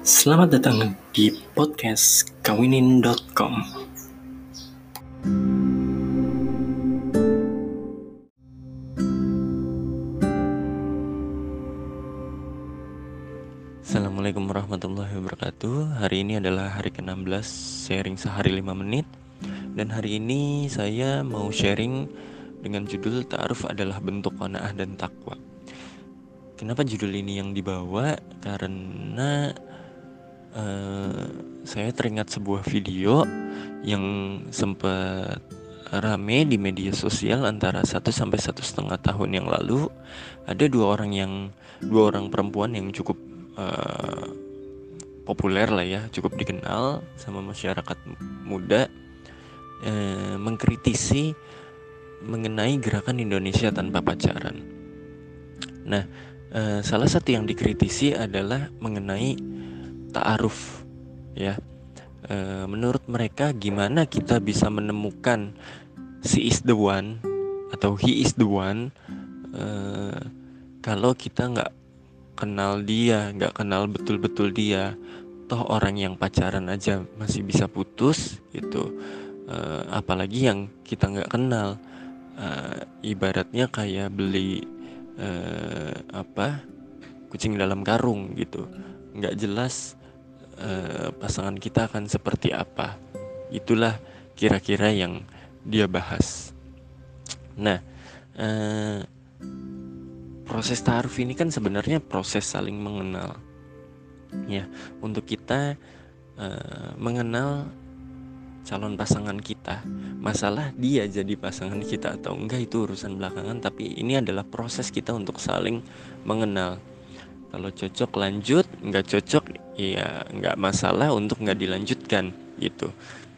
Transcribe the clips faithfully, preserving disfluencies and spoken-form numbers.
Selamat datang di podcast kawinin dot com. Assalamualaikum warahmatullahi wabarakatuh. Hari ini adalah hari ke enam belas sharing sehari lima menit. Dan hari ini saya mau sharing dengan judul Ta'aruf adalah bentuk qanaah dan takwa. Kenapa judul ini yang dibawa? Karena uh, saya teringat sebuah video yang sempat rame di media sosial antara satu sampai satu setengah tahun yang lalu. Ada dua orang yang dua orang perempuan yang cukup uh, populer lah ya, cukup dikenal sama masyarakat muda, uh, mengkritisi mengenai gerakan Indonesia tanpa pacaran. Nah, uh, salah satu yang dikritisi adalah mengenai ta'aruf, ya. Uh, menurut mereka gimana kita bisa menemukan she is the one atau he is the one uh, kalau kita nggak kenal dia, nggak kenal betul-betul dia. Toh orang yang pacaran aja masih bisa putus gitu, uh, apalagi yang kita nggak kenal. Uh, ibaratnya kayak beli uh, apa kucing dalam karung gitu, nggak jelas uh, pasangan kita akan seperti apa. Itulah kira-kira yang dia bahas. Nah, uh, proses ta'aruf ini kan sebenarnya proses saling mengenal, ya, untuk kita uh, mengenal calon pasangan kita. Masalah dia jadi pasangan kita atau enggak itu urusan belakangan, tapi ini adalah proses kita untuk saling mengenal. Kalau cocok lanjut, enggak cocok ya enggak masalah untuk enggak dilanjutkan gitu.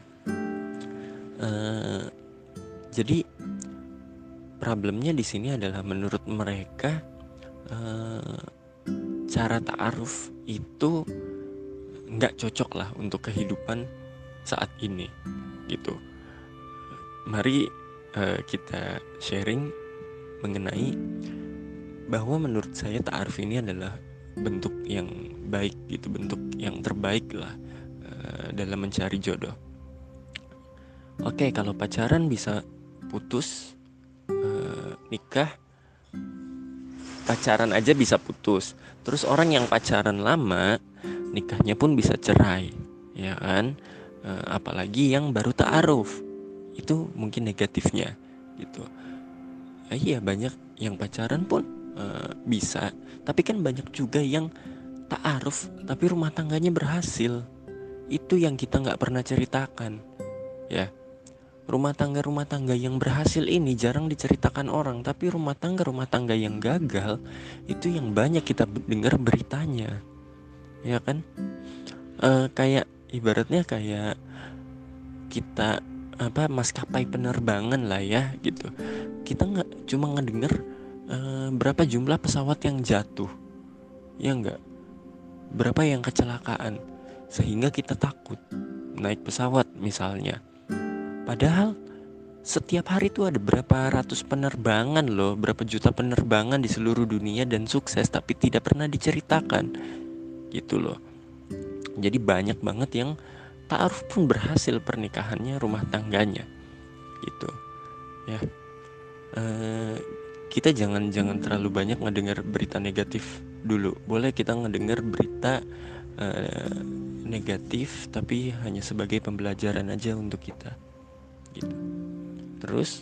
Uh, jadi problemnya di sini adalah menurut mereka uh, cara ta'aruf itu enggak cocok lah untuk kehidupan saat ini gitu. Mari uh, kita sharing mengenai bahwa menurut saya ta'aruf ini adalah bentuk yang baik gitu, bentuk yang terbaik lah uh, dalam mencari jodoh. Oke, kalau pacaran bisa putus, uh, nikah, pacaran aja bisa putus. Terus orang yang pacaran lama, nikahnya pun bisa cerai, ya kan? Uh, apalagi yang baru ta'aruf, itu mungkin negatifnya gitu. Uh, iya banyak yang pacaran pun uh, bisa, tapi kan banyak juga yang ta'aruf tapi rumah tangganya berhasil. Itu yang kita nggak pernah ceritakan, ya. Rumah tangga-rumah tangga yang berhasil ini jarang diceritakan orang, tapi rumah tangga-rumah tangga yang gagal itu yang banyak kita dengar beritanya, ya kan? Uh, kayak ibaratnya kayak kita apa maskapai penerbangan lah ya gitu. Kita nggak cuma ngedenger uh, berapa jumlah pesawat yang jatuh, ya nggak, berapa yang kecelakaan sehingga kita takut naik pesawat misalnya. Padahal setiap hari tuh ada berapa ratus penerbangan loh, berapa juta penerbangan di seluruh dunia dan sukses, tapi tidak pernah diceritakan gitu loh. Jadi banyak banget yang ta'aruf pun berhasil pernikahannya, rumah tangganya gitu, ya. Uh, kita jangan jangan terlalu banyak ngedengar berita negatif dulu. Boleh kita ngedengar berita uh, negatif, tapi hanya sebagai pembelajaran aja untuk kita gitu. Terus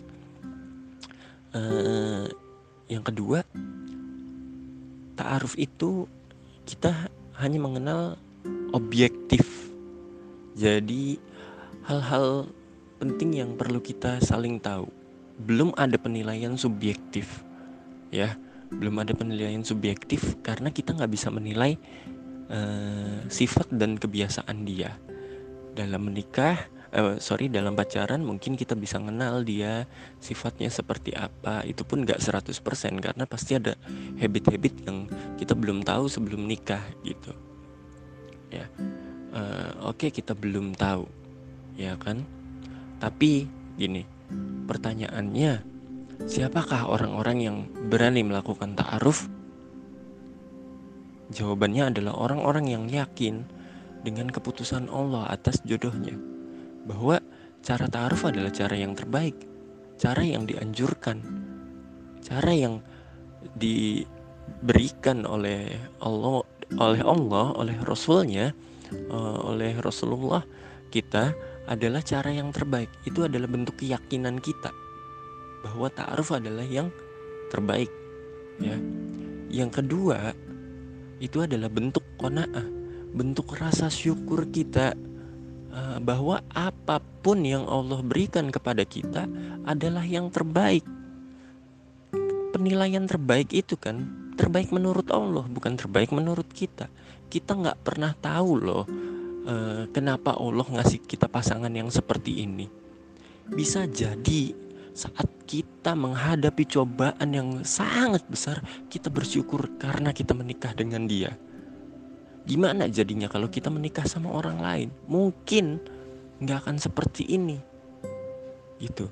uh, yang kedua, ta'aruf itu kita hanya mengenal objektif. Jadi hal-hal penting yang perlu kita saling tahu. Belum ada penilaian subjektif, ya. Belum ada penilaian subjektif karena kita nggak bisa menilai uh, sifat dan kebiasaan dia. Dalam menikah, uh, sorry dalam pacaran mungkin kita bisa kenal dia sifatnya seperti apa. Itu pun nggak seratus persen karena pasti ada habit-habit yang kita belum tahu sebelum nikah gitu, ya. Uh, Oke, okay, kita belum tahu, ya kan? Tapi gini, pertanyaannya, siapakah orang-orang yang berani melakukan ta'aruf? Jawabannya adalah orang-orang yang yakin dengan keputusan Allah atas jodohnya, bahwa cara ta'aruf adalah cara yang terbaik, cara yang dianjurkan, cara yang diberikan oleh Allah, oleh Allah, oleh Rasulnya, oleh Rasulullah kita, adalah cara yang terbaik. Itu adalah bentuk keyakinan kita bahwa ta'aruf adalah yang terbaik, ya. Yang kedua, itu adalah bentuk qanaah, bentuk rasa syukur kita uh, bahwa apapun yang Allah berikan kepada kita adalah yang terbaik. Penilaian terbaik itu kan terbaik menurut Allah, bukan terbaik menurut kita. Kita nggak pernah tahu loh uh, kenapa Allah ngasih kita pasangan yang seperti ini. Bisa jadi saat kita menghadapi cobaan yang sangat besar, kita bersyukur karena kita menikah dengan dia. Gimana jadinya kalau kita menikah sama orang lain? Mungkin gak akan seperti ini, gitu.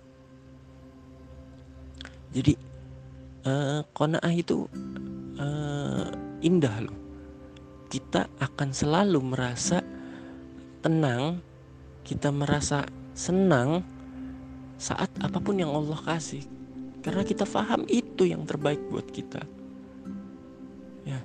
Jadi uh, qanaah itu uh, indah loh. Kita akan selalu merasa tenang, kita merasa senang saat apapun yang Allah kasih, karena kita paham itu yang terbaik buat kita, ya.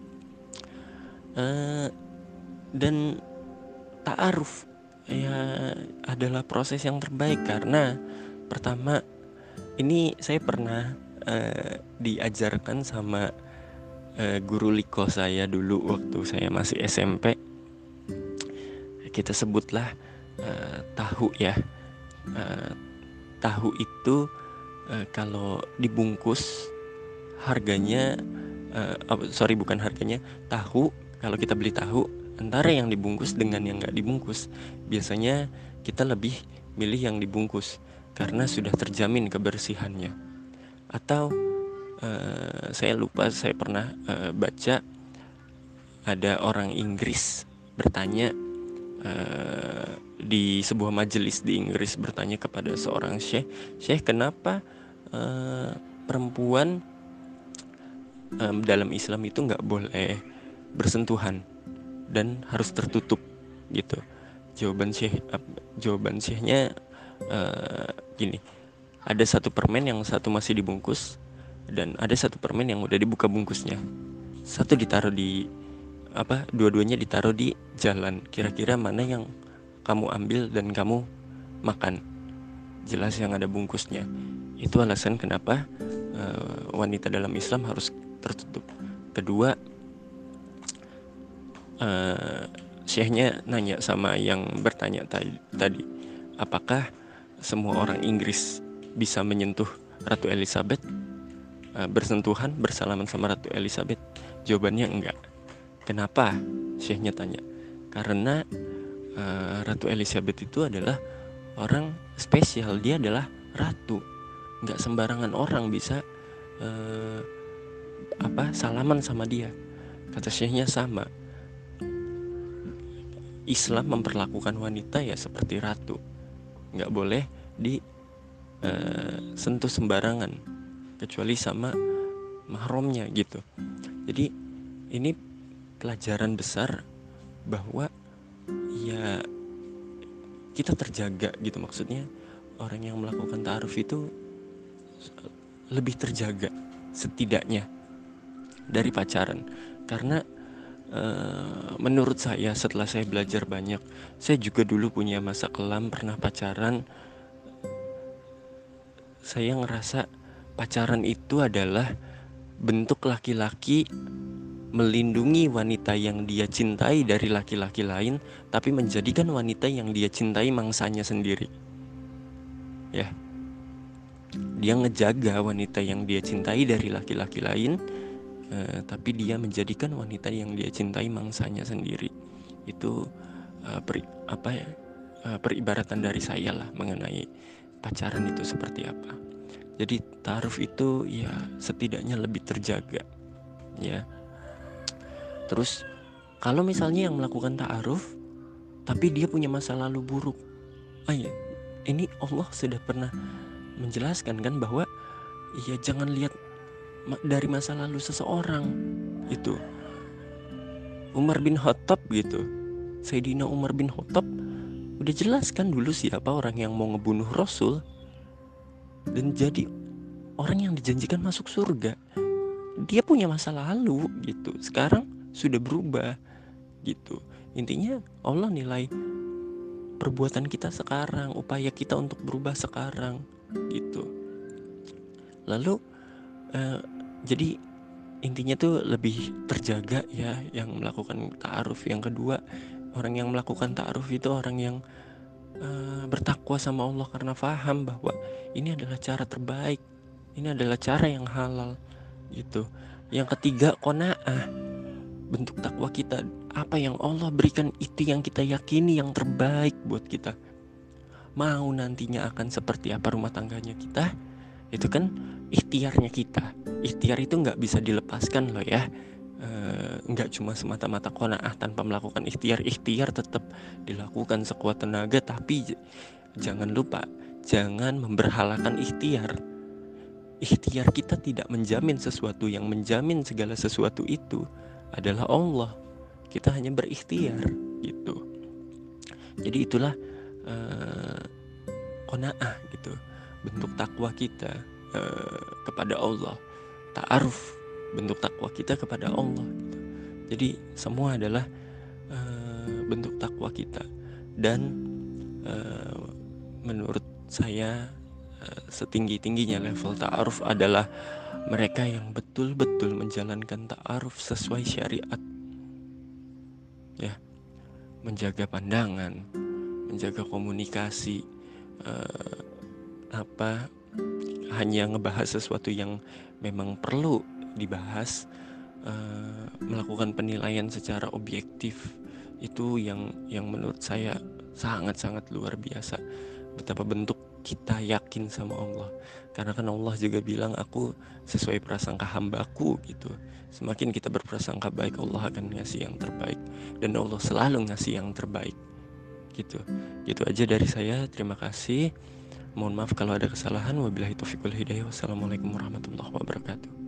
Uh, dan ta'aruf ya adalah proses yang terbaik karena pertama, ini saya pernah uh, diajarkan sama uh, guru liko saya dulu waktu saya masih S M P. Kita sebutlah uh, tahu ya. Uh, tahu itu uh, kalau dibungkus harganya uh, oh, sorry bukan harganya tahu kalau kita beli tahu, antara yang dibungkus dengan yang nggak dibungkus, biasanya kita lebih milih yang dibungkus karena sudah terjamin kebersihannya. Atau uh, saya lupa, saya pernah uh, baca ada orang Inggris bertanya uh, di sebuah majelis di Inggris, bertanya kepada seorang syekh, syekh kenapa uh, perempuan um, dalam Islam itu nggak boleh bersentuhan dan harus tertutup, gitu. Jawaban syekh, uh, jawaban syekhnya uh, gini, ada satu permen yang satu masih dibungkus dan ada satu permen yang udah dibuka bungkusnya. Satu ditaruh di apa, dua-duanya ditaruh di jalan. Kira-kira mana yang kamu ambil dan kamu makan? Jelas yang ada bungkusnya. Itu alasan kenapa uh, wanita dalam Islam harus tertutup. Kedua, uh, syekhnya nanya sama yang bertanya tadi, apakah semua orang Inggris bisa menyentuh Ratu Elizabeth, uh, bersentuhan, bersalaman sama Ratu Elizabeth? Jawabannya enggak. Kenapa? Syekhnya tanya. Karena Uh, Ratu Elizabeth itu adalah orang spesial, dia adalah ratu, nggak sembarangan orang bisa uh, apa salaman sama dia. Kata syekhnya sama, Islam memperlakukan wanita ya seperti ratu, nggak boleh di uh, sentuh sembarangan kecuali sama mahramnya, gitu. Jadi ini pelajaran besar bahwa ya kita terjaga, gitu. Maksudnya orang yang melakukan ta'aruf itu lebih terjaga setidaknya dari pacaran. Karena uh, menurut saya, setelah saya belajar banyak, saya juga dulu punya masa kelam, pernah pacaran. Saya ngerasa pacaran itu adalah bentuk laki-laki melindungi wanita yang dia cintai dari laki-laki lain, tapi menjadikan wanita yang dia cintai mangsanya sendiri. Ya, dia ngejaga wanita yang dia cintai dari laki-laki lain, uh, tapi dia menjadikan wanita yang dia cintai mangsanya sendiri. Itu uh, peri, apa ya, uh, peribaratan dari saya lah mengenai pacaran itu seperti apa. Jadi ta'aruf itu ya setidaknya lebih terjaga, ya. Terus kalau misalnya yang melakukan ta'aruf tapi dia punya masa lalu buruk, ah ya, ini Allah sudah pernah menjelaskan kan bahwa ya jangan lihat dari masa lalu seseorang. Itu Umar bin Khattab gitu, Sayyidina Umar bin Khattab udah jelas kan dulu siapa orang yang mau ngebunuh Rasul dan jadi orang yang dijanjikan masuk surga. Dia punya masa lalu gitu, sekarang sudah berubah gitu. Intinya Allah nilai perbuatan kita sekarang, upaya kita untuk berubah sekarang gitu. Lalu uh, jadi intinya tuh lebih terjaga ya yang melakukan ta'aruf. Yang kedua, orang yang melakukan ta'aruf itu orang yang uh, bertakwa sama Allah karena paham bahwa ini adalah cara terbaik, ini adalah cara yang halal gitu. Yang ketiga, qanaah, bentuk takwa kita, apa yang Allah berikan itu yang kita yakini yang terbaik buat kita. Mau nantinya akan seperti apa rumah tangganya kita, itu kan ikhtiarnya kita. Ikhtiar itu gak bisa dilepaskan loh ya. e, Gak cuma semata-mata qanaah tanpa melakukan ikhtiar. Ikhtiar tetap dilakukan sekuat tenaga, tapi j- jangan lupa, jangan memberhalakan ikhtiar. Ikhtiar kita tidak menjamin sesuatu, yang menjamin segala sesuatu itu adalah Allah. Kita hanya berikhtiar gitu. Jadi itulah uh, qanaah gitu, bentuk takwa kita uh, kepada Allah. Ta'aruf, bentuk takwa kita kepada Allah gitu. Jadi semua adalah uh, bentuk takwa kita. Dan uh, menurut saya setinggi-tingginya level ta'aruf adalah mereka yang betul-betul menjalankan ta'aruf sesuai syariat ya, menjaga pandangan, menjaga komunikasi, eh, apa hanya ngebahas sesuatu yang memang perlu dibahas, eh, melakukan penilaian secara objektif. Itu yang yang menurut saya sangat-sangat luar biasa, betapa bentuk kita yakin sama Allah. Karena kan Allah juga bilang, aku sesuai prasangka hambaku gitu. Semakin kita berprasangka baik, Allah akan ngasih yang terbaik. Dan Allah selalu ngasih yang terbaik gitu. Gitu aja dari saya. Terima kasih. Mohon maaf kalau ada kesalahan. Wabillahi taufiq wal hidayah. Wassalamualaikum warahmatullahi wabarakatuh.